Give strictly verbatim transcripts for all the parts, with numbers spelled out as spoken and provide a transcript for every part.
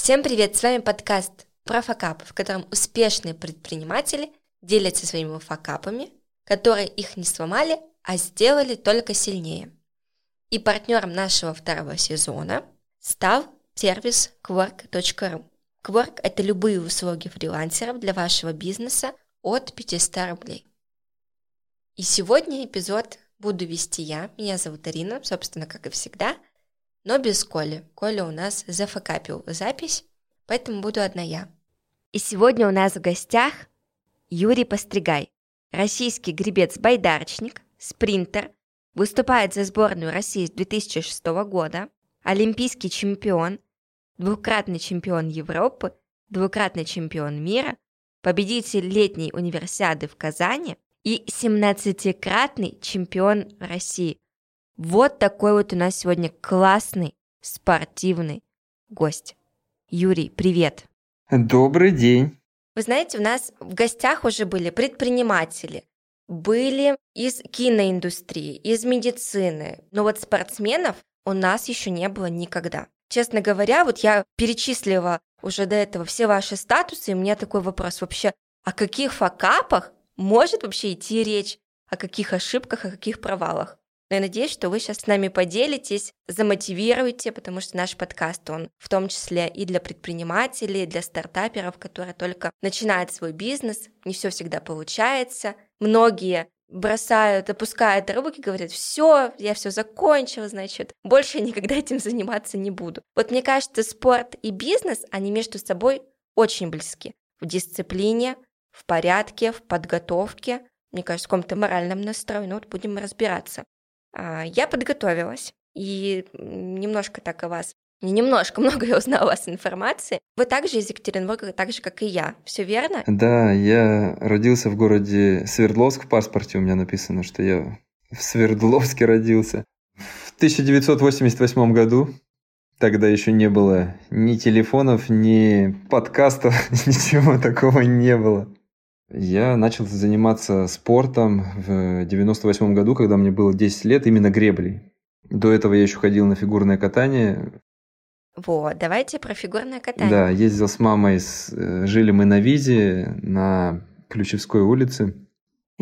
Всем привет, с вами подкаст про факапы, в котором успешные предприниматели делятся своими факапами, которые их не сломали, а сделали только сильнее. И партнером нашего второго сезона стал сервис кворк точка ру. Quark – это любые услуги фрилансеров для вашего бизнеса от пятьсот рублей. И сегодня эпизод буду вести я, меня зовут Арина, собственно, как и всегда, но без Коли. Коля у нас зафакапил запись, поэтому буду одна я. И сегодня у нас в гостях Юрий Постригай, российский гребец-байдарочник, спринтер, выступает за сборную России с две тысячи шестого года, олимпийский чемпион, двукратный чемпион Европы, двукратный чемпион мира, победитель летней универсиады в Казани и семнадцатикратный чемпион России. Вот такой вот у нас сегодня классный спортивный гость. Юрий, привет! Добрый день! Вы знаете, у нас в гостях уже были предприниматели, были из киноиндустрии, из медицины, но вот спортсменов у нас еще не было никогда. Честно говоря, вот я перечислила уже до этого все ваши статусы, и у меня такой вопрос вообще, о каких факапах может вообще идти речь, о каких ошибках, о каких провалах? Но я надеюсь, что вы сейчас с нами поделитесь, замотивируете, потому что наш подкаст, он в том числе и для предпринимателей, и для стартаперов, которые только начинают свой бизнес, не все всегда получается. Многие бросают, опускают руки, говорят, все, я все закончил, значит, больше я никогда этим заниматься не буду. Вот мне кажется, спорт и бизнес, они между собой очень близки. В дисциплине, в порядке, в подготовке, мне кажется, в каком-то моральном настрое. Ну вот будем разбираться. Я подготовилась и немножко так о вас, не немножко, много я узнала о вас информации. Вы также из Екатеринбурга, так же, как и я. Все верно? Да, я родился в городе Свердловск, в паспорте у меня написано, что я в Свердловске родился. В тысяча девятьсот восемьдесят восьмом году, тогда еще не было ни телефонов, ни подкастов, ничего такого не было. Я начал заниматься спортом в девяносто восьмом году, когда мне было десять лет, именно греблей. До этого я еще ходил на фигурное катание. Вот, давайте про фигурное катание. Да, ездил с мамой, с, жили мы на Визе, на Ключевской улице. И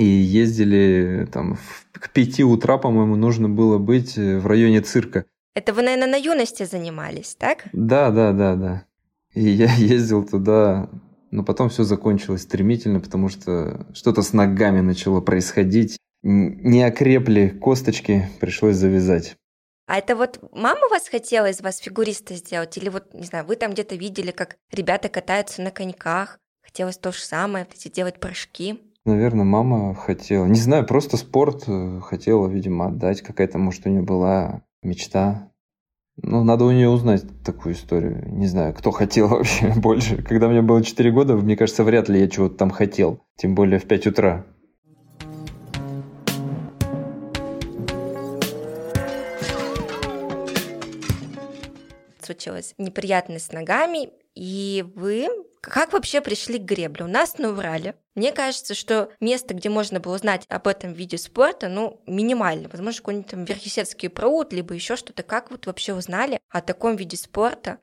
ездили там в, к пяти утра, по-моему, нужно было быть в районе цирка. Это вы, наверное, на юности занимались, так? Да, да, да, да. И я ездил туда... Но потом все закончилось стремительно, потому что что-то с ногами начало происходить. Не окрепли косточки, пришлось завязать. А это вот мама вас хотела из вас фигуриста сделать? Или вот, не знаю, вы там где-то видели, как ребята катаются на коньках? Хотелось то же самое, делать прыжки? Наверное, мама хотела. Не знаю, просто спорт хотела, видимо, отдать. Какая-то, может, у нее была мечта. Ну, надо у нее узнать такую историю. Не знаю, кто хотел вообще больше. Когда мне было четыре года, мне кажется, вряд ли я чего-то там хотел. Тем более в пять утра. Случилась неприятность с ногами, и вы... Как вообще пришли к гребле? У нас на Урале, мне кажется, что место, где можно было узнать об этом виде спорта, ну, минимально. Возможно, какой-нибудь там Верхесецкий пруд, либо еще что-то. Как вот вообще узнали о таком виде спорта?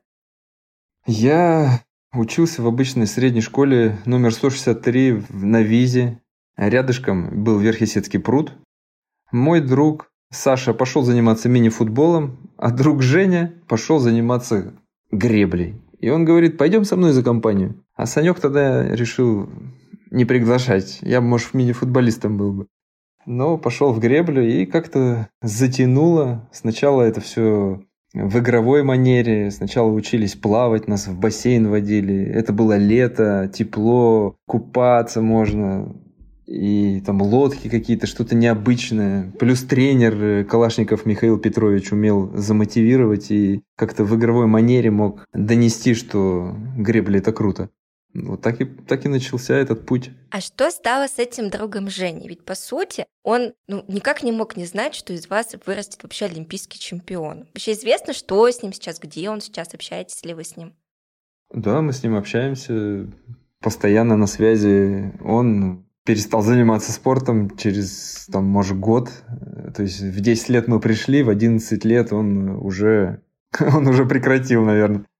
Я учился в обычной средней школе номер сто шестьдесят три на Визе. Рядышком был Верхесецкий пруд. Мой друг Саша пошел заниматься мини-футболом, а друг Женя пошел заниматься греблей. И он говорит, пойдем со мной за компанию. А Санек тогда решил не приглашать. Я бы, может, мини-футболистом был бы. Но пошел в греблю и как-то затянуло. Сначала это все в игровой манере. Сначала учились плавать, нас в бассейн водили. Это было лето, тепло, купаться можно. И там лодки какие-то, что-то необычное. Плюс тренер Калашников Михаил Петрович умел замотивировать и как-то в игровой манере мог донести, что гребля – это круто. Вот так и, так и начался этот путь. А что стало с этим другом Женей? Ведь, по сути, он ну, никак не мог не знать, что из вас вырастет вообще олимпийский чемпион. Вообще известно, что с ним сейчас, где он сейчас, общаетесь ли вы с ним? Да, мы с ним общаемся, постоянно на связи. Он перестал заниматься спортом через, там, может, год. То есть в десять лет мы пришли, в одиннадцать лет он уже, он уже прекратил, наверное.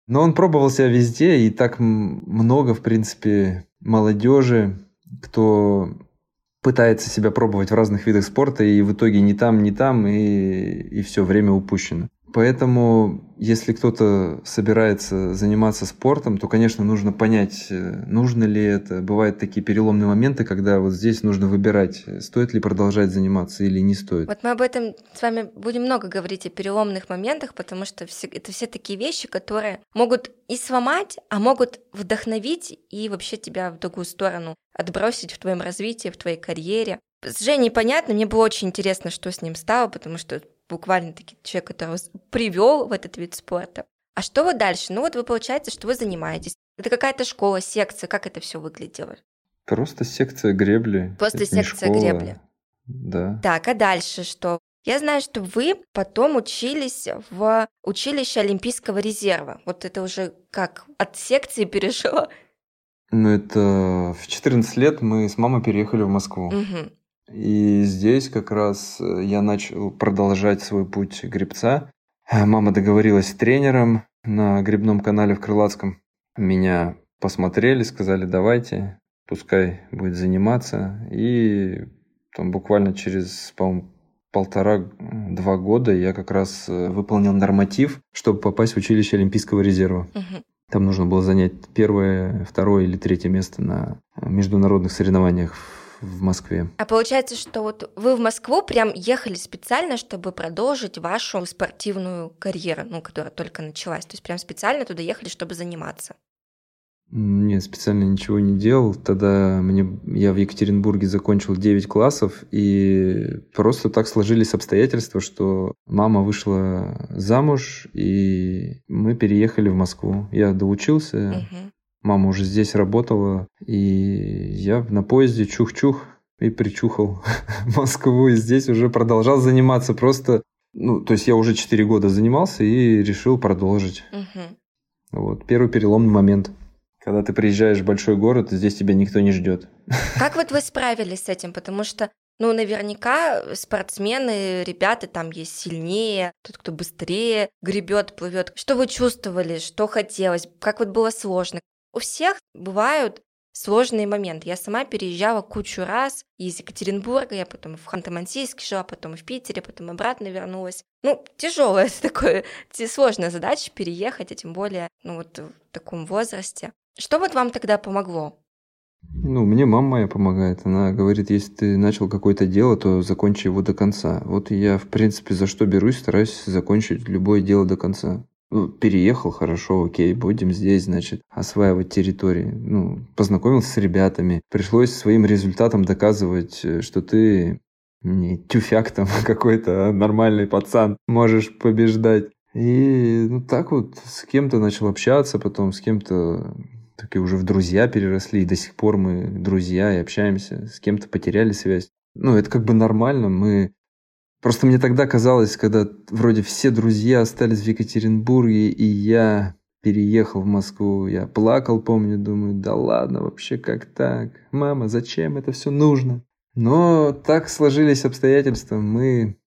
Но он пробовал себя везде, и так много, в принципе, молодежи, кто пытается себя пробовать в разных видах спорта, и в итоге ни там, ни там, и, и все, время упущено. Поэтому, если кто-то собирается заниматься спортом, то, конечно, нужно понять, нужно ли это. Бывают такие переломные моменты, когда вот здесь нужно выбирать, стоит ли продолжать заниматься или не стоит. Вот мы об этом с вами будем много говорить, о переломных моментах, потому что все, это все такие вещи, которые могут и сломать, а могут вдохновить и вообще тебя в другую сторону отбросить в твоем развитии, в твоей карьере. С Женей понятно, мне было очень интересно, что с ним стало, потому что буквально-таки человек, который вас привел в этот вид спорта. А что вот дальше? Ну вот вы, получается, что вы занимаетесь. Это какая-то школа, секция, как это все выглядело? Просто секция гребли. Просто это секция школа. гребли. Да. Так, а дальше что? Я знаю, что вы потом учились в училище Олимпийского резерва. Вот это уже как от секции перешло? Ну это в четырнадцать лет мы с мамой переехали в Москву. Угу. И здесь как раз я начал продолжать свой путь гребца. Мама договорилась с тренером на гребном канале в Крылатском. Меня посмотрели, сказали, давайте, пускай будет заниматься. И там буквально через, по-моему, полтора-два года я как раз выполнил норматив, чтобы попасть в училище Олимпийского резерва. Угу. Там нужно было занять первое, второе или третье место на международных соревнованиях в Москве. А получается, что вот вы в Москву прям ехали специально, чтобы продолжить вашу спортивную карьеру, ну, которая только началась. То есть прям специально туда ехали, чтобы заниматься? Нет, специально ничего не делал. Тогда мне, я в Екатеринбурге закончил девять классов, и просто так сложились обстоятельства, что мама вышла замуж, и мы переехали в Москву. Я доучился. Угу. Мама уже здесь работала, и я на поезде чух-чух и причухал в Москву, и здесь уже продолжал заниматься просто... Ну, то есть я уже четыре года занимался и решил продолжить. Угу. Вот, первый переломный момент. Когда ты приезжаешь в большой город, здесь тебя никто не ждет. Как вот вы справились с этим? Потому что, ну, наверняка спортсмены, ребята там есть сильнее, тот, кто быстрее гребет, плывет. Что вы чувствовали, что хотелось, как вот было сложно? У всех бывают сложные моменты. Я сама переезжала кучу раз из Екатеринбурга, я потом в Ханты-Мансийске жила, потом в Питере, потом обратно вернулась. Ну, тяжелая это такое, сложная задача переехать, а тем более, ну, вот в таком возрасте. Что вот вам тогда помогло? Ну, мне мама моя помогает. Она говорит, если ты начал какое-то дело, то закончи его до конца. Вот я, в принципе, за что берусь, стараюсь закончить любое дело до конца. Ну, переехал, хорошо, окей, будем здесь, значит, осваивать территории. Ну, познакомился с ребятами. Пришлось своим результатом доказывать, что ты не тюфяк там какой-то, а нормальный пацан, можешь побеждать. И ну так вот с кем-то начал общаться, потом с кем-то таки уже в друзья переросли, и до сих пор мы друзья и общаемся. С кем-то потеряли связь. Ну, это как бы нормально, мы... Просто мне тогда казалось, когда вроде все друзья остались в Екатеринбурге, и я переехал в Москву, я плакал, помню, думаю, да ладно, вообще как так? Мама, зачем это все нужно? Но так сложились обстоятельства, мы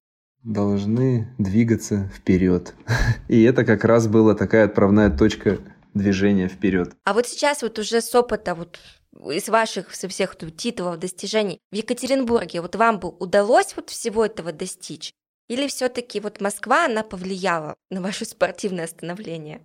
должны двигаться вперед. И это как раз была такая отправная точка движения вперед. А вот сейчас вот уже с опыта вот из ваших со всех титулов, достижений в Екатеринбурге, вот вам бы удалось вот всего этого достичь? Или все-таки вот Москва, она повлияла на ваше спортивное становление?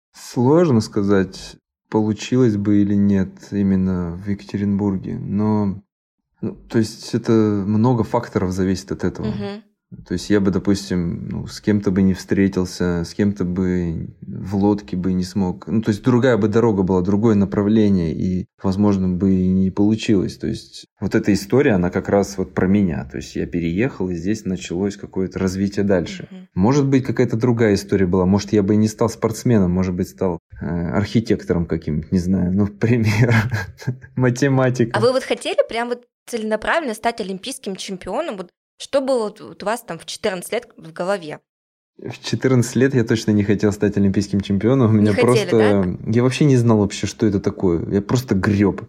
Сложно сказать, получилось бы или нет именно в Екатеринбурге, но ну, то есть это много факторов зависит от этого. Угу. То есть я бы, допустим, ну, с кем-то бы не встретился, с кем-то бы в лодке бы не смог. Ну, то есть другая бы дорога была, другое направление, и, возможно, бы и не получилось. То есть вот эта история, она как раз вот про меня. То есть я переехал, и здесь началось какое-то развитие дальше. Uh-huh. Может быть, какая-то другая история была. Может, я бы и не стал спортсменом, может быть, стал э, архитектором каким-нибудь, не знаю, ну, пример, математиком. А вы вот хотели прям вот целенаправленно стать олимпийским чемпионом? Вот что было у вас там в четырнадцать лет в голове? В четырнадцать лет я точно не хотел стать олимпийским чемпионом. У меня не хотели, просто... да? Я вообще не знал вообще, что это такое. Я просто греб.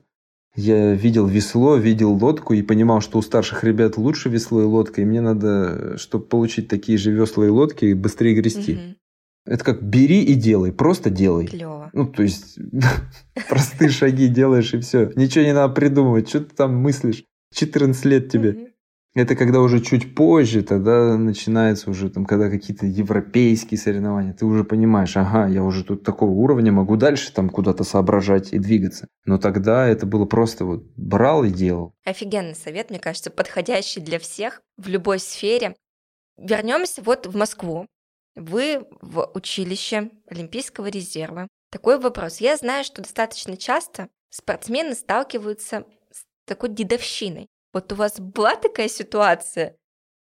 Я видел весло, видел лодку и понимал, что у старших ребят лучше весло и лодка, и мне надо, чтобы получить такие же весла и лодки, быстрее грести. Угу. Это как бери и делай, просто делай. Клево. Ну, то есть, простые шаги делаешь и все. Ничего не надо придумывать, что ты там мыслишь. четырнадцать лет тебе. Это когда уже чуть позже, тогда начинается уже, там, когда какие-то европейские соревнования, ты уже понимаешь, ага, я уже тут такого уровня, могу дальше там куда-то соображать и двигаться. Но тогда это было просто вот брал и делал. Офигенный совет, мне кажется, подходящий для всех в любой сфере. Вернемся вот в Москву. Вы в училище Олимпийского резерва. Такой вопрос. Я знаю, что достаточно часто спортсмены сталкиваются с такой дедовщиной. Вот у вас была такая ситуация?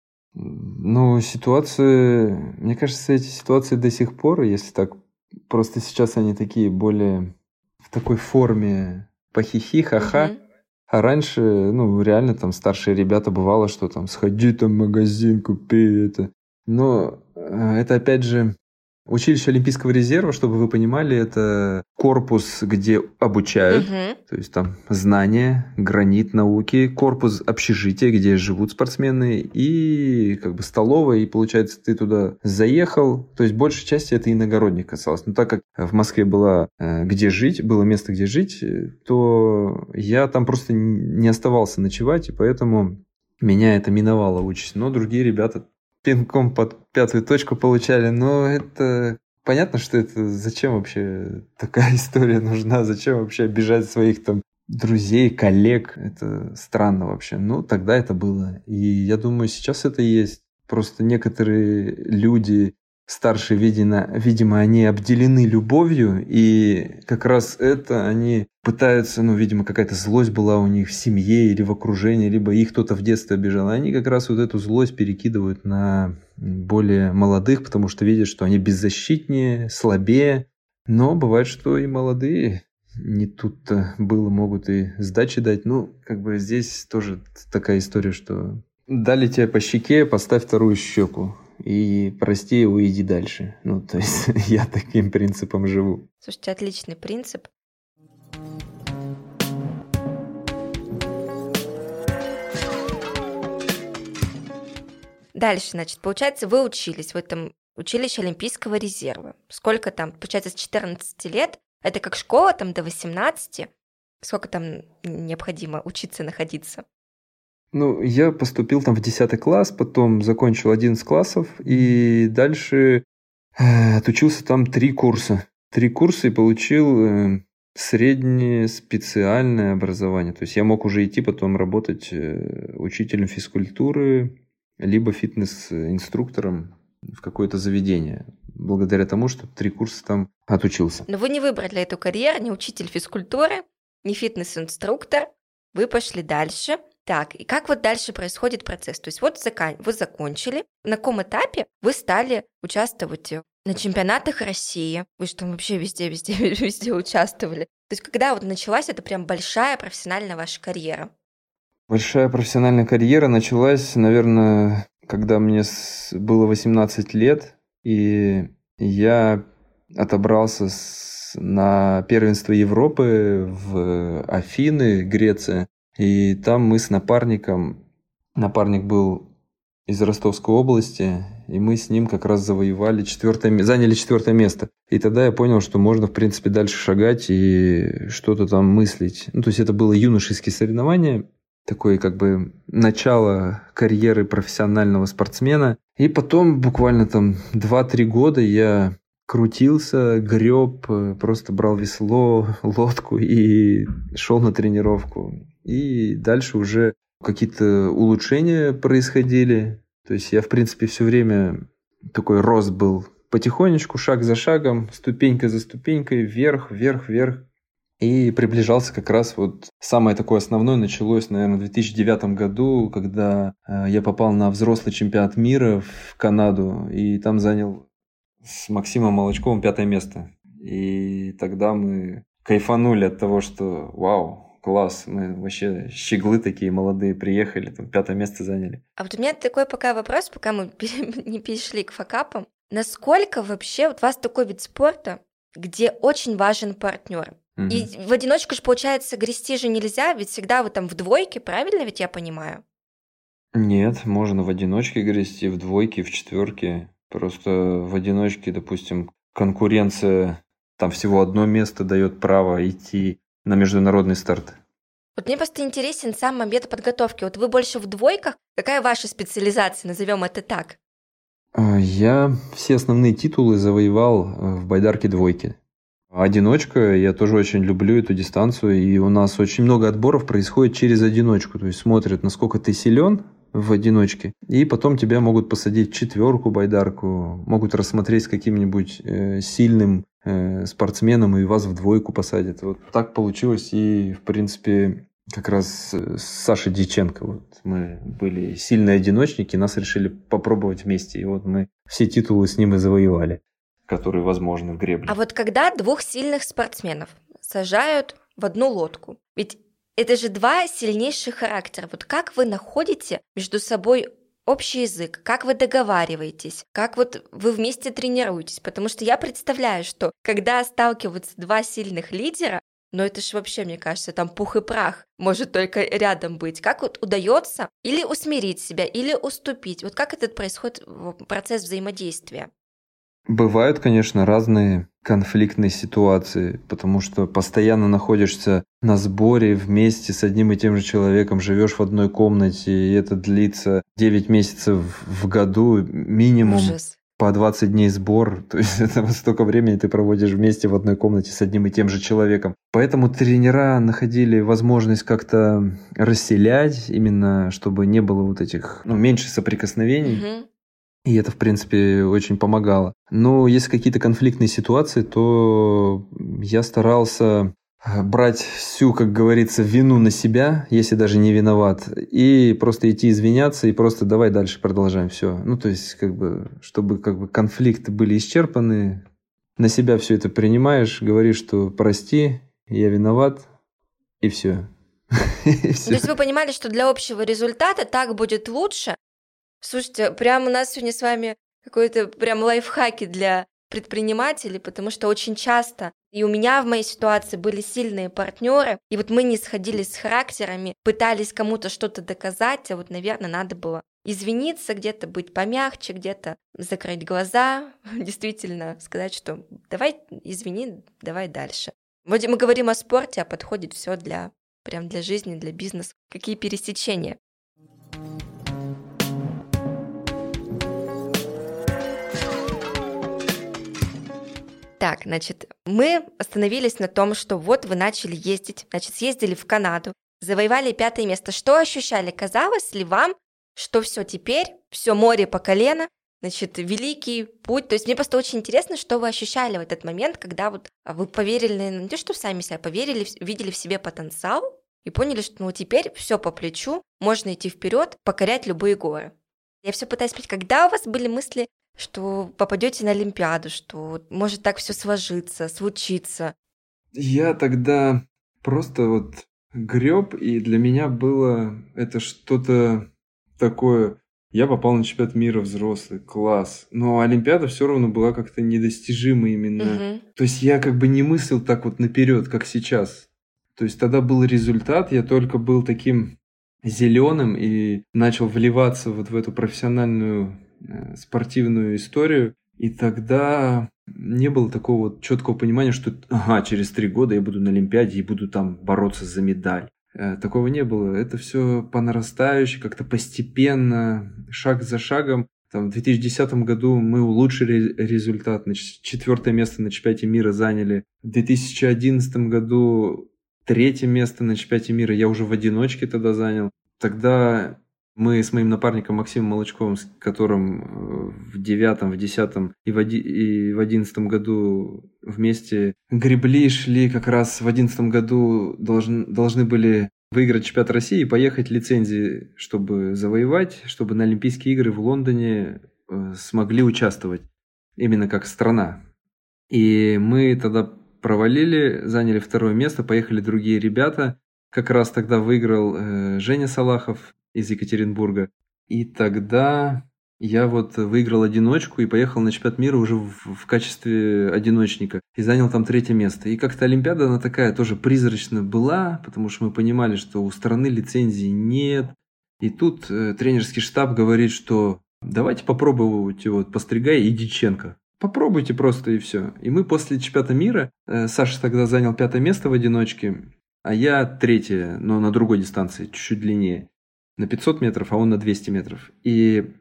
Ну, ситуации... Мне кажется, эти ситуации до сих пор, если так... Просто сейчас они такие более в такой форме похихи, ха-ха. Угу. А раньше, ну, реально там старшие ребята бывало, что там сходи там в магазин, купи это. Но это опять же... Училище Олимпийского резерва, чтобы вы понимали, это корпус, где обучают, угу. То есть там знания, гранит науки, корпус общежития, где живут спортсмены, и как бы столовая, и получается ты туда заехал, то есть большей части это иногородних касалось. Но так как в Москве было где жить, было место, где жить, то я там просто не оставался ночевать, и поэтому меня это миновало участь. Но другие ребята пинком под пятую точку получали, но это понятно, что это зачем вообще такая история нужна, зачем вообще обижать своих там друзей, коллег, это странно вообще. Ну, тогда это было, и я думаю, сейчас это есть. Просто некоторые люди старшие, видимо, видимо, они обделены любовью, и как раз это они пытаются, ну, видимо, какая-то злость была у них в семье или в окружении, либо их кто-то в детстве обижал. Они как раз вот эту злость перекидывают на более молодых, потому что видят, что они беззащитнее, слабее. Но бывает, что и молодые не тут-то было, могут и сдачи дать. Ну, как бы здесь тоже такая история, что дали тебе по щеке, поставь вторую щеку. И прости, уйди дальше. Ну, то есть я таким принципом живу. Слушайте, отличный принцип. Дальше, значит, получается, вы учились в этом училище Олимпийского резерва. Сколько там? Получается, с четырнадцати лет. Это как школа там до восемнадцати. Сколько там необходимо учиться, находиться? Ну, я поступил там в десятый класс, потом закончил одиннадцать классов, и дальше э, отучился там три курса. Три курса и получил э, среднее специальное образование. То есть я мог уже идти потом работать э, учителем физкультуры, либо фитнес-инструктором в какое-то заведение, благодаря тому, что три курса там отучился. Но вы не выбрали эту карьеру, не учитель физкультуры, не фитнес-инструктор, вы пошли дальше. Так, и как вот дальше происходит процесс? То есть вот вы закончили, на каком этапе вы стали участвовать на чемпионатах России? Вы что, вообще везде, везде, везде участвовали? То есть когда вот началась эта прям большая профессиональная ваша карьера? Большая профессиональная карьера началась, наверное, когда мне было восемнадцать лет, и я отобрался на первенство Европы в Афины, Греция. И там мы с напарником, напарник был из Ростовской области, и мы с ним как раз завоевали четвертое, заняли четвертое место. И тогда я понял, что можно, в принципе, дальше шагать и что-то там мыслить. Ну, то есть это было юношеские соревнования, такое как бы начало карьеры профессионального спортсмена. И потом буквально там два-три года я крутился, греб, просто брал весло, лодку и шел на тренировку. И дальше уже какие-то улучшения происходили. То есть я, в принципе, все время такой рост был потихонечку, шаг за шагом, ступенька за ступенькой, вверх, вверх, вверх. И приближался как раз вот самое такое основное началось, наверное, в две тысячи девятом году, когда я попал на взрослый чемпионат мира в Канаду, и там занял с Максимом Молочковым пятое место. И тогда мы кайфанули от того, что вау, класс, мы вообще щеглы такие молодые приехали, там пятое место заняли. А вот у меня такой пока вопрос, пока мы не перешли к факапам. Насколько вообще вот у вас такой вид спорта, где очень важен партнер? Угу. И в одиночку же, получается, грести же нельзя, ведь всегда вы там в двойке, правильно ведь я понимаю? Нет, можно в одиночке грести, в двойке, в четверке. Просто в одиночке, допустим, конкуренция, там всего одно место дает право идти на международный старт. Вот мне просто интересен сам момент подготовки. Вот вы больше в двойках. Какая ваша специализация, назовем это так? Я все основные титулы завоевал в байдарке двойки. Одиночка, я тоже очень люблю эту дистанцию, и у нас очень много отборов происходит через одиночку. То есть смотрят, насколько ты силен в одиночке, и потом тебя могут посадить в четверку байдарку, могут рассмотреть с каким-нибудь э, сильным э, спортсменом, и вас в двойку посадят. Вот так получилось, и в принципе как раз с Сашей Дьяченко вот мы были сильные одиночники, нас решили попробовать вместе, и вот мы все титулы с ним и завоевали, которые возможны в гребле. А вот когда двух сильных спортсменов сажают в одну лодку, ведь это же два сильнейших характера. Вот как вы находите между собой общий язык, как вы договариваетесь, как вот вы вместе тренируетесь? Потому что я представляю, что когда сталкиваются два сильных лидера, но это же вообще, мне кажется, там пух и прах может только рядом быть. Как вот удается или усмирить себя, или уступить? Вот как этот происходит процесс взаимодействия? Бывают, конечно, разные конфликтные ситуации, потому что постоянно находишься на сборе вместе с одним и тем же человеком, живешь в одной комнате, и это длится девять месяцев в году минимум. Ужас. По двадцать дней сбор, то есть это вот столько времени ты проводишь вместе в одной комнате с одним и тем же человеком. Поэтому тренера находили возможность как-то расселять, именно чтобы не было вот этих, ну, меньше соприкосновений. Угу. И это, в принципе, очень помогало. Но если какие-то конфликтные ситуации, то я старался брать всю, как говорится, вину на себя, если даже не виноват, и просто идти извиняться, и просто давай дальше продолжаем все. Ну, то есть, как бы, чтобы как бы конфликты были исчерпаны, на себя все это принимаешь, говоришь, что прости, я виноват, и все. То есть вы понимали, что для общего результата так будет лучше? Слушайте, прямо у нас сегодня с вами какой-то прям лайфхаки для предпринимателей, потому что очень часто и у меня в моей ситуации были сильные партнеры, и вот мы не сходились с характерами, пытались кому-то что-то доказать, а вот, наверное, надо было извиниться, где-то быть помягче, где-то закрыть глаза, действительно сказать, что давай извини, давай дальше. Вроде мы говорим о спорте, а подходит все для прям для жизни, для бизнеса. Какие пересечения? Так, значит, мы остановились на том, что вот вы начали ездить, значит, съездили в Канаду, завоевали пятое место. Что ощущали? Казалось ли вам, что все теперь, все море по колено, значит, великий путь? То есть мне просто очень интересно, что вы ощущали в этот момент, когда вот вы поверили, не то что сами себя, поверили, увидели в себе потенциал и поняли, что ну теперь все по плечу, можно идти вперед, покорять любые горы. Я все пытаюсь понять, когда у вас были мысли, что попадете на Олимпиаду, что может так все сложиться, случиться? Я тогда просто вот греб, и для меня было это что-то такое. Я попал на чемпионат мира взрослый, класс. Но Олимпиада все равно была как-то недостижима именно. Угу. То есть я как бы не мыслил так вот наперед, как сейчас. То есть тогда был результат, я только был таким зеленым и начал вливаться вот в эту профессиональную спортивную историю, и тогда не было такого вот четкого понимания, что ага, через три года я буду на Олимпиаде и буду там бороться за медаль. Такого не было. Это все по нарастающей, как-то постепенно, шаг за шагом. Там, в две тысячи десятом году мы улучшили результат, значит, четвертое место на чемпионате мира заняли. В две тысячи одиннадцатом году третье место на чемпионате мира я уже в одиночке тогда занял. Тогда мы с моим напарником Максимом Молочковым, с которым в девятом, в десятом и в одиннадцатом году вместе гребли, шли как раз в одиннадцатом году должны, должны были выиграть чемпионат России и поехать лицензии, чтобы завоевать, чтобы на Олимпийские игры в Лондоне смогли участвовать именно как страна. И мы тогда провалили, заняли второе место, поехали другие ребята. Как раз тогда выиграл э, Женя Салахов из Екатеринбурга. И тогда я вот выиграл одиночку и поехал на чемпионат мира уже в, в качестве одиночника. И занял там третье место. И как-то Олимпиада, она такая тоже призрачно была, потому что мы понимали, что у страны лицензии нет. И тут э, тренерский штаб говорит, что давайте попробуйте вот Постригай и Дьяченко. Попробуйте просто и все. И мы после чемпионата мира, э, Саша тогда занял пятое место в одиночке, а я третье, но на другой дистанции, чуть-чуть длиннее. На пятьсот метров, а он на двести метров. И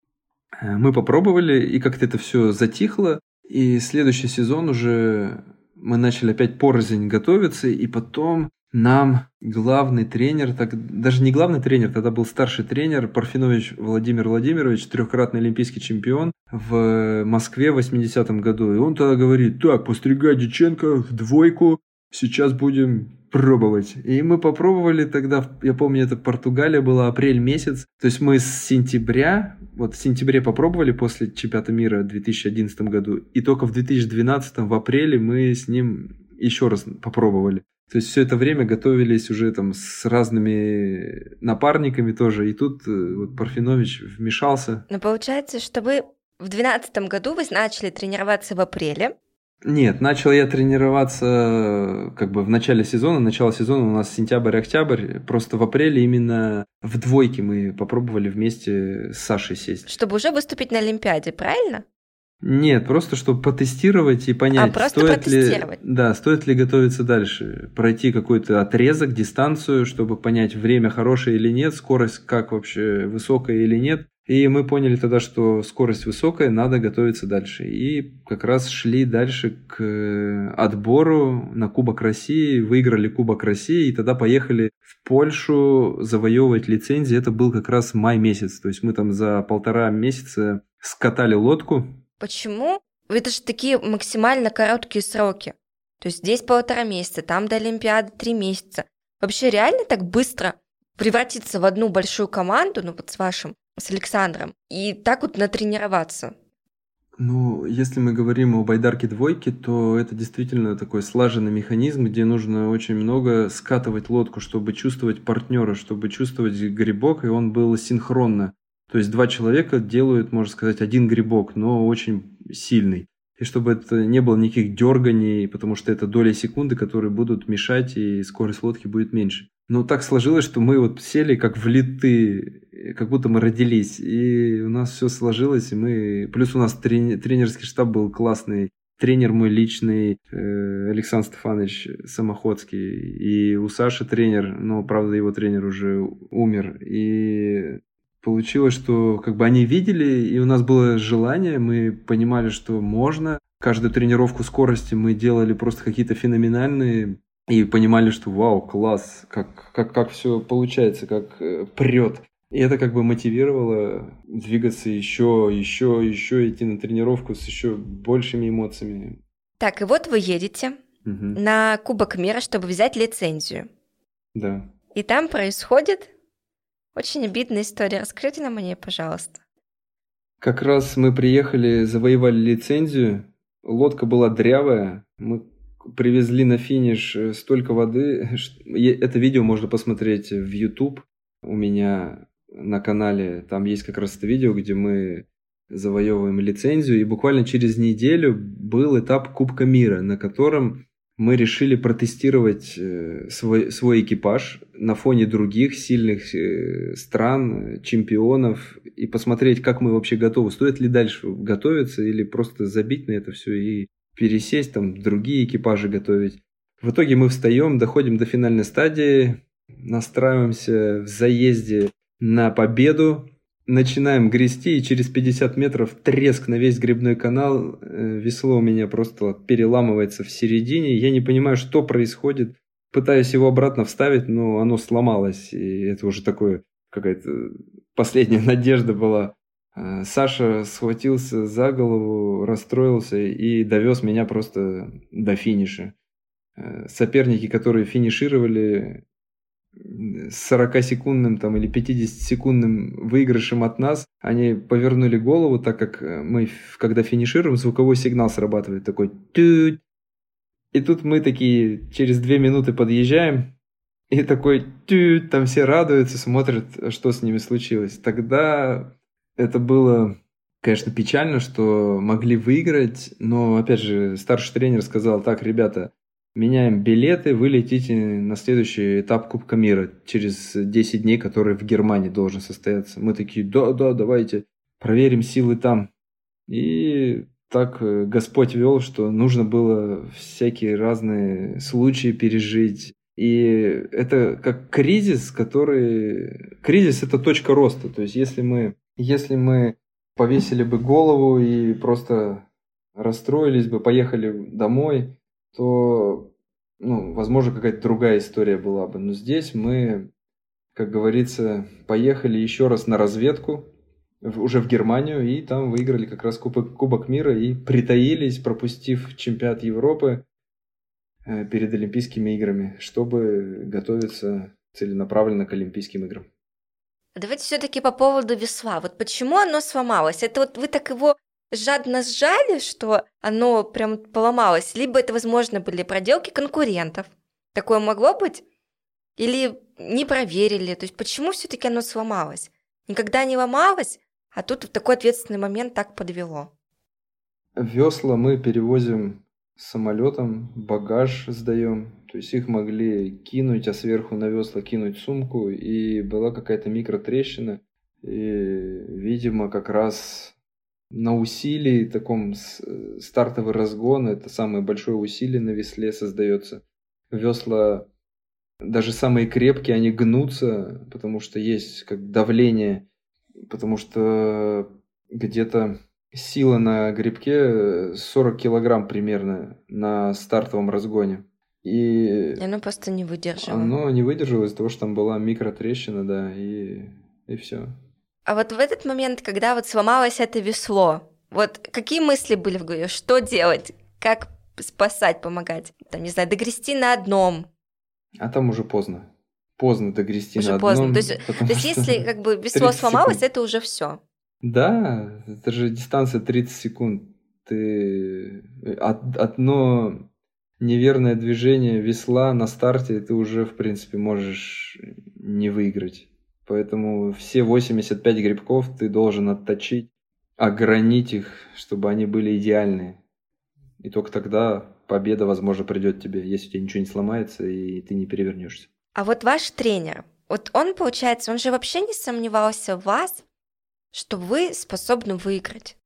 мы попробовали, и как-то это все затихло. И следующий сезон уже мы начали опять порознь готовиться, и потом нам главный тренер, так, даже не главный тренер, тогда был старший тренер, Парфенович Владимир Владимирович, трехкратный олимпийский чемпион в Москве в восьмидесятом году. И он тогда говорит: так, Постригай, Дьяченко в двойку, сейчас будем пробовать. И мы попробовали тогда, я помню, это Португалия была, апрель месяц. То есть мы с сентября, вот в сентябре попробовали после чемпионата мира в две тысячи одиннадцатом году, и только в две тысячи двенадцатом в апреле мы с ним еще раз попробовали. То есть все это время готовились уже там с разными напарниками тоже. И тут вот Парфенович вмешался. Но получается, что вы в двенадцатом году вы начали тренироваться в апреле. Нет, начал я тренироваться как бы в начале сезона. Начало сезона у нас сентябрь-октябрь. Просто в апреле именно в двойке мы попробовали вместе с Сашей сесть. Чтобы уже выступить на Олимпиаде, правильно? Нет, просто чтобы потестировать и понять, а, просто стоит ли, да, стоит ли готовиться дальше. Пройти какой-то отрезок, дистанцию, чтобы понять, время хорошее или нет, скорость как вообще высокая или нет. И мы поняли тогда, что скорость высокая, надо готовиться дальше. И как раз шли дальше к отбору на Кубок России, выиграли Кубок России, и тогда поехали в Польшу завоевывать лицензии. Это был как раз май месяц. То есть мы там за полтора месяца скатали лодку. Почему? Это же такие максимально короткие сроки. То есть здесь полтора месяца, там до Олимпиады три месяца. Вообще реально так быстро превратиться в одну большую команду, ну вот с вашим, с Александром, и так вот натренироваться? Ну, если мы говорим о байдарке двойки, то это действительно такой слаженный механизм, где нужно очень много скатывать лодку, чтобы чувствовать партнера, чтобы чувствовать грибок, и он был синхронно. То есть два человека делают, можно сказать, один грибок, но очень сильный. И чтобы это не было никаких дерганий, потому что это доли секунды, которые будут мешать, и скорость лодки будет меньше. Но так сложилось, что мы вот сели как влитые, как будто мы родились. И у нас все сложилось, и мы... Плюс у нас трени... тренерский штаб был классный. Тренер мой личный, э, Александр Стефанович Самоходский. И у Саши тренер, но, правда, его тренер уже умер. И... Получилось, что как бы они видели, и у нас было желание, мы понимали, что можно. Каждую тренировку скорости мы делали просто какие-то феноменальные, и понимали, что вау, класс, как, как, как все получается, как э, прет. И это как бы мотивировало двигаться еще, еще, еще, идти на тренировку с еще большими эмоциями. Так, и вот вы едете угу. на Кубок мира, чтобы взять лицензию. Да. И там происходит... Очень обидная история. Расскажите нам о ней, пожалуйста. Как раз мы приехали, завоевали лицензию. Лодка была дрявая. Мы привезли на финиш столько воды. Это видео можно посмотреть в YouTube. У меня на канале там есть как раз это видео, где мы завоевываем лицензию. И буквально через неделю был этап Кубка мира, на котором мы решили протестировать свой, свой экипаж на фоне других сильных стран, чемпионов, и посмотреть, как мы вообще готовы. Стоит ли дальше готовиться или просто забить на это все и пересесть, там другие экипажи готовить. В итоге мы встаем, доходим до финальной стадии, настраиваемся в заезде на победу, начинаем грести, и через пятьдесят метров треск на весь гребной канал. Весло у меня просто переламывается в середине. Я не понимаю, что происходит. Пытаюсь его обратно вставить, но оно сломалось. И это уже такое, какая-то последняя надежда была. Саша схватился за голову, расстроился и довез меня просто до финиша. Соперники, которые финишировали с сорокасекундным там, или пятидесятисекундным выигрышем от нас, они повернули голову, так как мы, когда финишируем, звуковой сигнал срабатывает такой тют. И тут мы такие через две минуты подъезжаем, и такой тют, там все радуются, смотрят, что с ними случилось. Тогда это было, конечно, печально, что могли выиграть, но, опять же, старший тренер сказал: так, ребята, меняем билеты, вы летите на следующий этап Кубка мира через десять дней, который в Германии должен состояться. Мы такие: да, да, давайте. проверим силы там. И так Господь вел, что нужно было всякие разные случаи пережить. И это как кризис, который... Кризис – это точка роста. То есть если мы, если мы повесили бы голову и просто расстроились бы, поехали домой, то, ну, возможно, какая-то другая история была бы. Но здесь мы, как говорится, поехали еще раз на разведку, уже в Германию, и там выиграли как раз Кубок, Кубок мира и притаились, пропустив чемпионат Европы перед Олимпийскими играми, чтобы готовиться целенаправленно к Олимпийским играм. Давайте все-таки по поводу весла. Вот почему оно сломалось? Это вот вы так его жадно сжали, что оно прям поломалось? Либо это, возможно, были проделки конкурентов? Такое могло быть? Или не проверили? То есть почему все-таки оно сломалось? Никогда не ломалось, а тут в такой ответственный момент так подвело. Весла мы перевозим самолетом, багаж сдаем. То есть их могли кинуть, а сверху на весла кинуть сумку, и была какая-то микротрещина. И, видимо, как раз на усилии, таком стартовый разгон, это самое большое усилие на весле создается. Весла, даже самые крепкие, они гнутся, потому что есть как давление, потому что где-то сила на гребке сорок килограмм примерно на стартовом разгоне. И, и оно просто не выдержало. Оно не выдержало из-за того, что там была микротрещина, да, и, и все. А вот в этот момент, когда вот сломалось это весло, вот какие мысли были в голове? Что делать? Как спасать, помогать? Там, не знаю, догрести на одном. А там уже поздно. Поздно догрести уже на поздно. одном. То есть, то есть если как бы весло сломалось, секунд. Это уже все. Да, это же дистанция тридцать секунд. Ты одно неверное движение весла на старте, ты уже, в принципе, можешь не выиграть. Поэтому все восемьдесят пять грибков ты должен отточить, огранить их, чтобы они были идеальные. И только тогда победа, возможно, придет тебе, если у тебя ничего не сломается и ты не перевернешься. А вот ваш тренер, вот он, получается, он же вообще не сомневался в вас, что вы способны выиграть?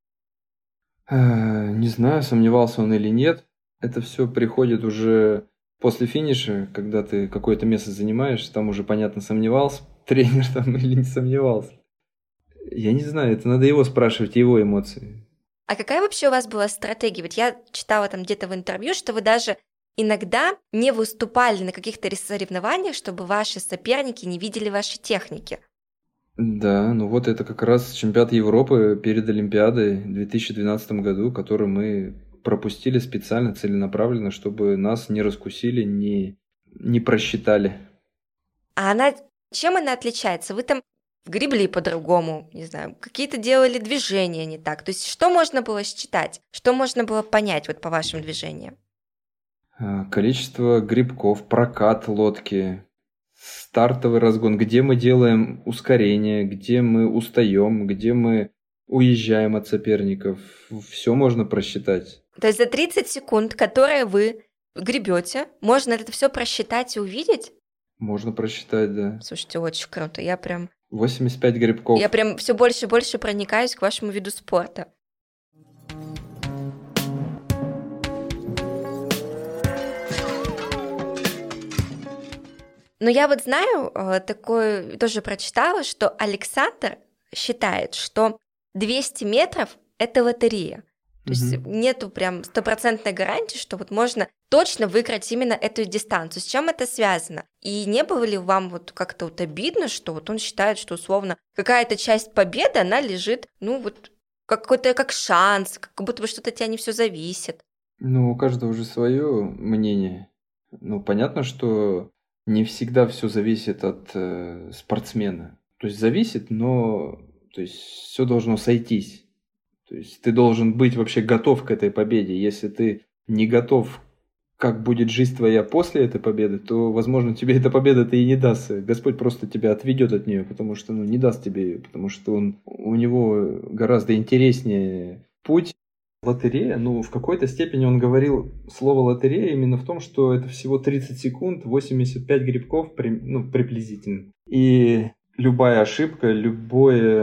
Не знаю, сомневался он или нет. Это все приходит уже после финиша, когда ты какое-то место занимаешь, там уже, понятно, сомневался тренер там или не сомневался. Я не знаю, это надо его спрашивать, его эмоции. А какая вообще у вас была стратегия? Ведь я читала там где-то в интервью, что вы даже иногда не выступали на каких-то соревнованиях, чтобы ваши соперники не видели ваши техники. Да, ну вот это как раз чемпионат Европы перед Олимпиадой в две тысячи двенадцатом году, который мы пропустили специально, целенаправленно, чтобы нас не раскусили, не, не просчитали. А она, чем она отличается? Вы там гребли по-другому, не знаю, какие-то делали движения не так. То есть что можно было считать? Что можно было понять вот по вашим движениям? Количество грибков, прокат лодки, стартовый разгон, где мы делаем ускорение, где мы устаем, где мы уезжаем от соперников. Все можно просчитать. То есть за тридцать секунд, которые вы гребете, можно это все просчитать и увидеть? Можно просчитать, да. Слушайте, очень круто. Я прям... восемьдесят пять грибков. Я прям все больше и больше проникаюсь к вашему виду спорта. Но я вот знаю, такое тоже прочитала, что Александр считает, что двести метров – это лотерея. То есть mm-hmm. нету прям стопроцентной гарантии, что вот можно точно выиграть именно эту дистанцию. С чем это связано? И не было ли вам вот как-то вот обидно, что вот он считает, что условно какая-то часть победы, она лежит, ну вот какой-то как шанс, как будто бы что-то от тебя не все зависит? Ну, у каждого уже свое мнение. Ну, понятно, что не всегда все зависит от э, спортсмена. То есть зависит, но то есть все должно сойтись. То есть ты должен быть вообще готов к этой победе. Если ты не готов, как будет жизнь твоя после этой победы, то, возможно, тебе эта победа-то и не даст. Господь просто тебя отведет от нее, потому что ну, не даст тебе ее, потому что он, у него гораздо интереснее путь. Лотерея, ну, в какой-то степени он говорил слово лотерея именно в том, что это всего тридцать секунд, восемьдесят пять грибков, ну, приблизительно. И любая ошибка, любое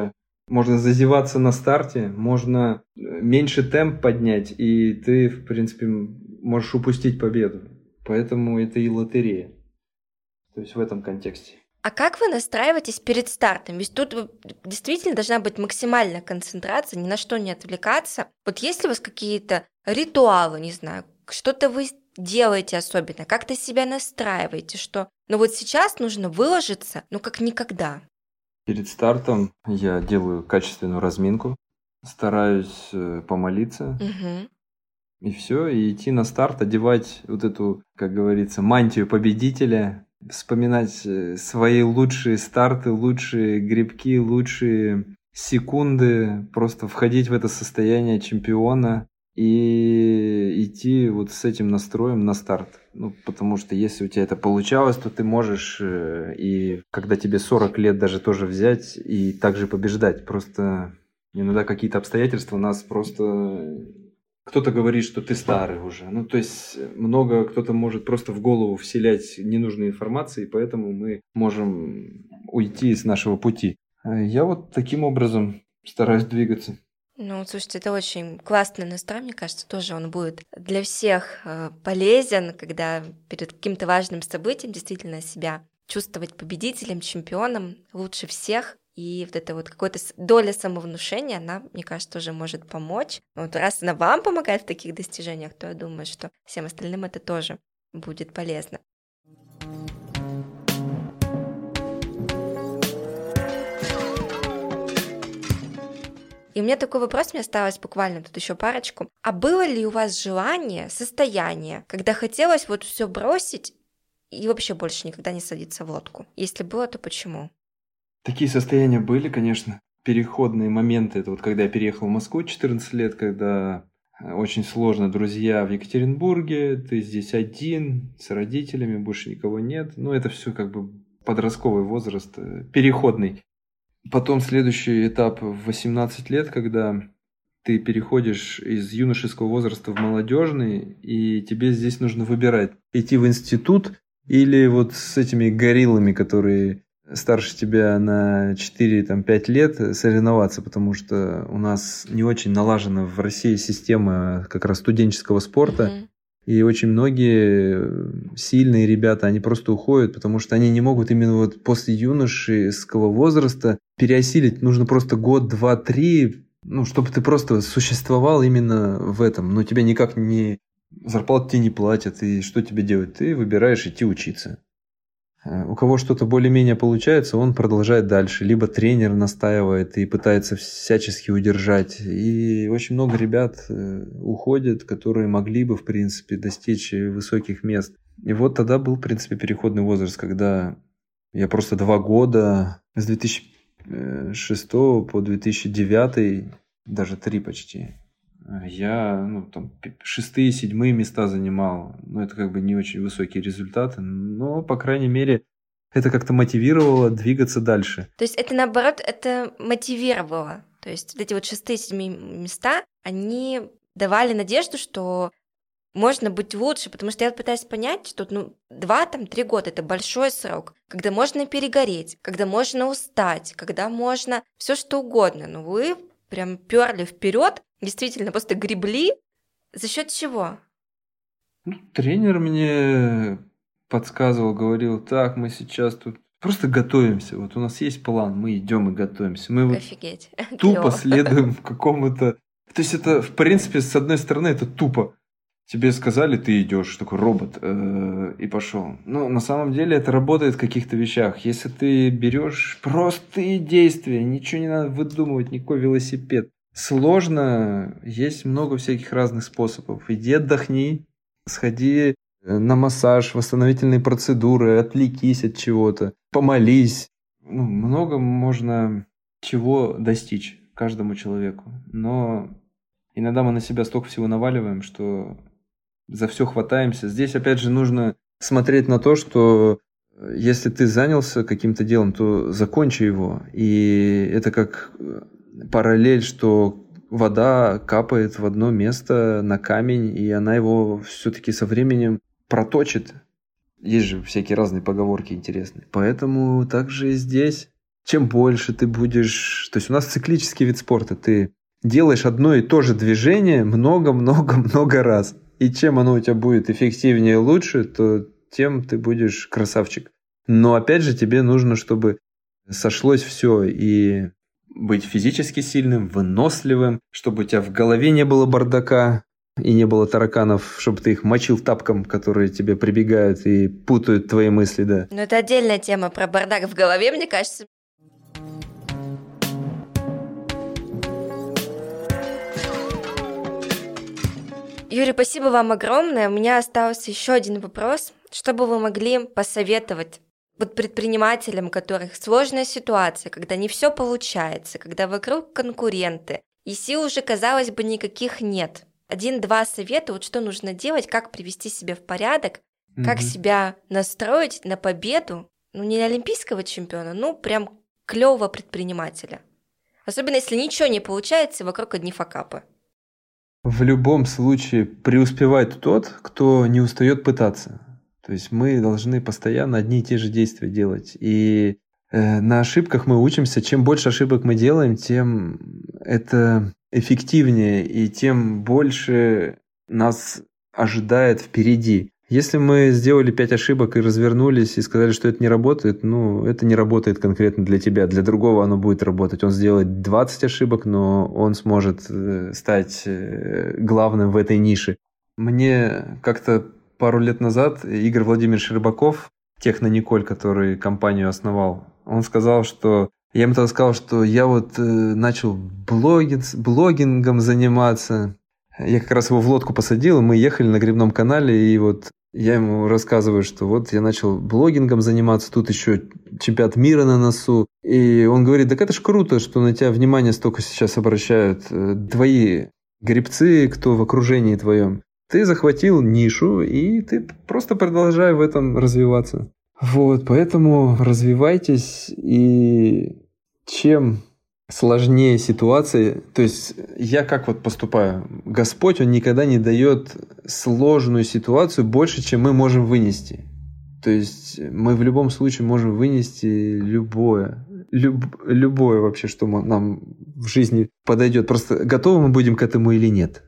Можно зазеваться на старте, можно меньше темп поднять, и ты, в принципе, можешь упустить победу. Поэтому это и лотерея. То есть в этом контексте. А как вы настраиваетесь перед стартом? Ведь тут действительно должна быть максимальная концентрация, ни на что не отвлекаться. Вот есть ли у вас какие-то ритуалы, не знаю, что-то вы делаете особенно, как-то себя настраиваете, что ну вот сейчас нужно выложиться, ну как никогда? Перед стартом я делаю качественную разминку, стараюсь помолиться, угу. и все, и идти на старт, одевать вот эту, как говорится, мантию победителя, вспоминать свои лучшие старты, лучшие грибки, лучшие секунды, просто входить в это состояние чемпиона и идти вот с этим настроем на старт. Ну, потому что если у тебя это получалось, то ты можешь и когда тебе сорок лет даже тоже взять и также побеждать. Просто иногда какие-то обстоятельства у нас просто... Кто-то говорит, что ты старый уже. Ну, то есть много кто-то может просто в голову вселять ненужной информации, и поэтому мы можем уйти с нашего пути. Я вот таким образом стараюсь двигаться. Ну, слушайте, это очень классный настрой, мне кажется, тоже он будет для всех полезен, когда перед каким-то важным событием действительно себя чувствовать победителем, чемпионом лучше всех. И вот эта вот какая-то доля самовнушения, она, мне кажется, тоже может помочь. Вот раз она вам помогает в таких достижениях, то я думаю, что всем остальным это тоже будет полезно. И у меня такой вопрос, мне осталось буквально тут еще парочку. А было ли у вас желание, состояние, когда хотелось вот все бросить и вообще больше никогда не садиться в лодку? Если было, то почему? Такие состояния были, конечно. Переходные моменты. Это вот когда я переехал в Москву четырнадцать лет, когда очень сложно, друзья в Екатеринбурге, ты здесь один, с родителями, больше никого нет. Ну, это все как бы подростковый возраст, переходный. Потом следующий этап в восемнадцать лет, когда ты переходишь из юношеского возраста в молодежный, и тебе здесь нужно выбирать, идти в институт или вот с этими гориллами, которые старше тебя на четыре-пять лет, соревноваться, потому что у нас не очень налажена в России система как раз студенческого спорта. Mm-hmm. И очень многие сильные ребята, они просто уходят, потому что они не могут именно вот после юношеского возраста переосилить. Нужно просто год, два, три, ну, чтобы ты просто существовал именно в этом. Но тебе никак не... Зарплату тебе не платят, и что тебе делать? Ты выбираешь идти учиться. У кого что-то более-менее получается, он продолжает дальше. Либо тренер настаивает и пытается всячески удержать. И очень много ребят уходят, которые могли бы, в принципе, достичь высоких мест. И вот тогда был, в принципе, переходный возраст, когда я просто два года, с две тысячи шестого по две тысячи девятый, даже три почти, я ну, там, шестые, седьмые места занимал. Ну, это как бы не очень высокие результаты, но, по крайней мере, это как-то мотивировало двигаться дальше. То есть это, наоборот, это мотивировало. То есть вот эти вот шестые, седьмые места, они давали надежду, что можно быть лучше, потому что я пытаюсь понять, что ну, два-три года – это большой срок, когда можно перегореть, когда можно устать, когда можно все что угодно. Но вы прям перли вперед, действительно просто гребли. За счет чего? Ну, тренер мне подсказывал, говорил, так, мы сейчас тут просто готовимся. Вот у нас есть план, мы идем и готовимся. Мы вот Офигеть. тупо следуем какому-то... То есть это, в принципе, с одной стороны, это тупо. Тебе сказали, ты идешь, такой робот, и пошел. Но на самом деле это работает в каких-то вещах. Если ты берешь простые действия, ничего не надо выдумывать, никакой велосипед. Сложно, есть много всяких разных способов. Иди отдохни, сходи на массаж, восстановительные процедуры, отвлекись от чего-то, помолись. Ну, много можно чего достичь каждому человеку. Но иногда мы на себя столько всего наваливаем, что за все хватаемся. Здесь, опять же, нужно смотреть на то, что если ты занялся каким-то делом, то закончи его. И это как параллель, что вода капает в одно место на камень, и она его все-таки со временем проточит. Есть же всякие разные поговорки интересные. Поэтому также и здесь чем больше ты будешь... То есть у нас циклический вид спорта. Ты делаешь одно и то же движение много-много-много раз. И чем оно у тебя будет эффективнее и лучше, то тем ты будешь красавчик. Но опять же тебе нужно, чтобы сошлось все, и быть физически сильным, выносливым, чтобы у тебя в голове не было бардака и не было тараканов, чтобы ты их мочил тапком, которые тебе прибегают и путают твои мысли, да. Но это отдельная тема про бардак в голове, мне кажется. Юрий, спасибо вам огромное. У меня остался еще один вопрос. Что бы вы могли посоветовать вот предпринимателям, у которых сложная ситуация, когда не все получается, когда вокруг конкуренты, и сил уже, казалось бы, никаких нет? Один-два совета, вот что нужно делать, как привести себя в порядок, mm-hmm. как себя настроить на победу, ну не олимпийского чемпиона, ну прям клевого предпринимателя. Особенно если ничего не получается, вокруг одни факапы. В любом случае преуспевает тот, кто не устает пытаться. То есть мы должны постоянно одни и те же действия делать. И э, на ошибках мы учимся. Чем больше ошибок мы делаем, тем это эффективнее и тем больше нас ожидает впереди. Если мы сделали пять ошибок и развернулись и сказали, что это не работает, ну, это не работает конкретно для тебя. Для другого оно будет работать. Он сделает двадцать ошибок, но он сможет стать главным в этой нише. Мне как-то пару лет назад Игорь Владимирович Рыбаков, Техно-Николь, который компанию основал, он сказал, что... Я ему тогда сказал, что я вот начал блогинг, блогингом заниматься. Я как раз его в лодку посадил, и мы ехали на гребном канале, и вот я ему рассказываю, что вот я начал блогингом заниматься, тут еще чемпионат мира на носу. И он говорит, так это ж круто, что на тебя внимание столько сейчас обращают твои гребцы, кто в окружении твоем. Ты захватил нишу, и ты просто продолжай в этом развиваться. Вот, поэтому развивайтесь, и чем... сложнее ситуации. То есть я как вот поступаю? Господь, Он никогда не дает сложную ситуацию больше, чем мы можем вынести. То есть мы в любом случае можем вынести любое. Люб, любое вообще, что нам в жизни подойдет. Просто готовы мы будем к этому или нет.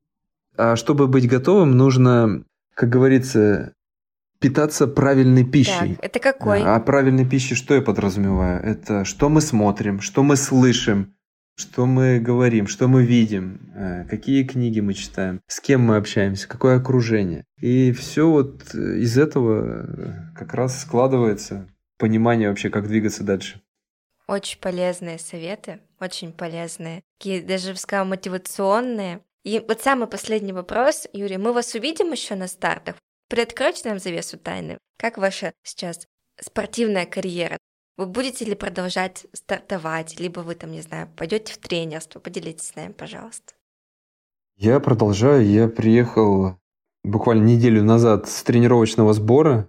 А чтобы быть готовым, нужно, как говорится, питаться правильной пищей. Так, это какой? А правильной пищей что я подразумеваю? Это что мы смотрим, что мы слышим, что мы говорим, что мы видим, какие книги мы читаем, с кем мы общаемся, какое окружение. И все вот из этого как раз складывается понимание вообще, как двигаться дальше. Очень полезные советы, очень полезные. Такие даже, я бы сказала, мотивационные. И вот самый последний вопрос, Юрий, мы вас увидим еще на стартах? Приоткройте нам завесу тайны. Как ваша сейчас спортивная карьера? Вы будете ли продолжать стартовать, либо вы там, не знаю, пойдете в тренерство? Поделитесь с нами, пожалуйста. Я продолжаю. Я приехал буквально неделю назад с тренировочного сбора,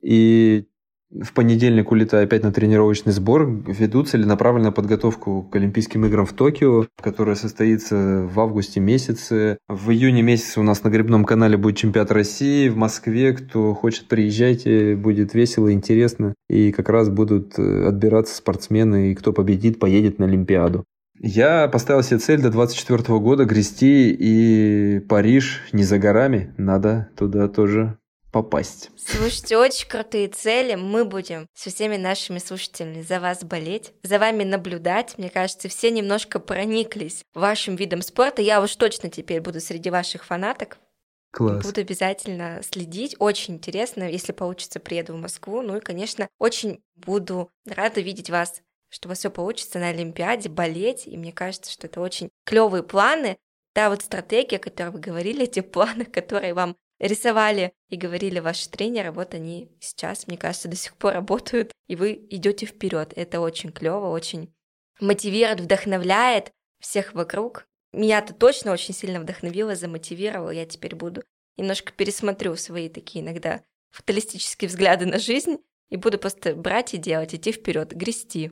и в понедельник улетаю опять на тренировочный сбор. Веду целенаправленную подготовку к Олимпийским играм в Токио, которая состоится в августе месяце. В июне месяце у нас на гребном канале будет чемпионат России в Москве. Кто хочет, приезжайте, будет весело, интересно. И как раз будут отбираться спортсмены, и кто победит, поедет на Олимпиаду. Я поставил себе цель до двадцать четвёртого года грести, и Париж не за горами. Надо туда тоже попасть. Слушайте, очень крутые цели. Мы будем со всеми нашими слушателями за вас болеть, за вами наблюдать. Мне кажется, все немножко прониклись вашим видом спорта. Я уж точно теперь буду среди ваших фанаток. Класс. Буду обязательно следить. Очень интересно. Если получится, приеду в Москву. Ну и, конечно, очень буду рада видеть вас, что у вас все получится на Олимпиаде, болеть. И мне кажется, что это очень клевые планы. Та вот стратегия, о которой вы говорили, те планы, которые вам рисовали и говорили ваши тренеры, вот они сейчас, мне кажется, до сих пор работают, и вы идете вперед. Это очень клево, очень мотивирует, вдохновляет всех вокруг. Меня-то точно очень сильно вдохновило, замотивировало. Я теперь буду немножко пересмотрю свои такие иногда фаталистические взгляды на жизнь и буду просто брать и делать, идти вперед, грести.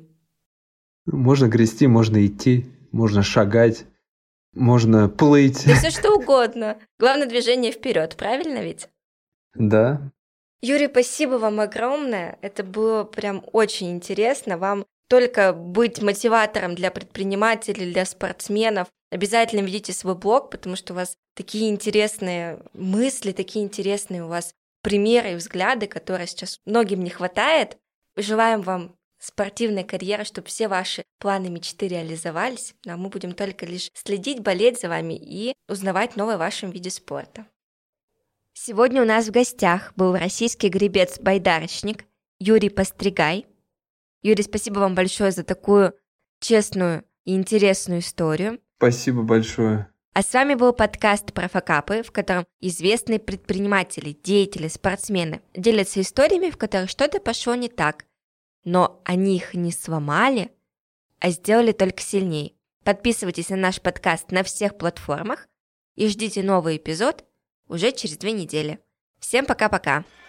Можно грести, можно идти, можно шагать. Можно плыть. Да все что угодно. Главное движение вперед, правильно ведь? Да. Юрий, спасибо вам огромное. Это было прям очень интересно. Вам только быть мотиватором для предпринимателей, для спортсменов. Обязательно ведите свой блог, потому что у вас такие интересные мысли, такие интересные у вас примеры и взгляды, которые сейчас многим не хватает. Желаем вам спортивной карьеры, чтобы все ваши планы, мечты реализовались. А мы будем только лишь следить, болеть за вами и узнавать новое в вашем виде спорта. Сегодня у нас в гостях был российский гребец-байдарочник Юрий Постригай. Юрий, спасибо вам большое за такую честную и интересную историю. Спасибо большое. А с вами был подкаст про факапы, в котором известные предприниматели, деятели, спортсмены делятся историями, в которых что-то пошло не так, но они их не сломали, а сделали только сильнее. Подписывайтесь на наш подкаст на всех платформах и ждите новый эпизод уже через две недели. Всем пока-пока!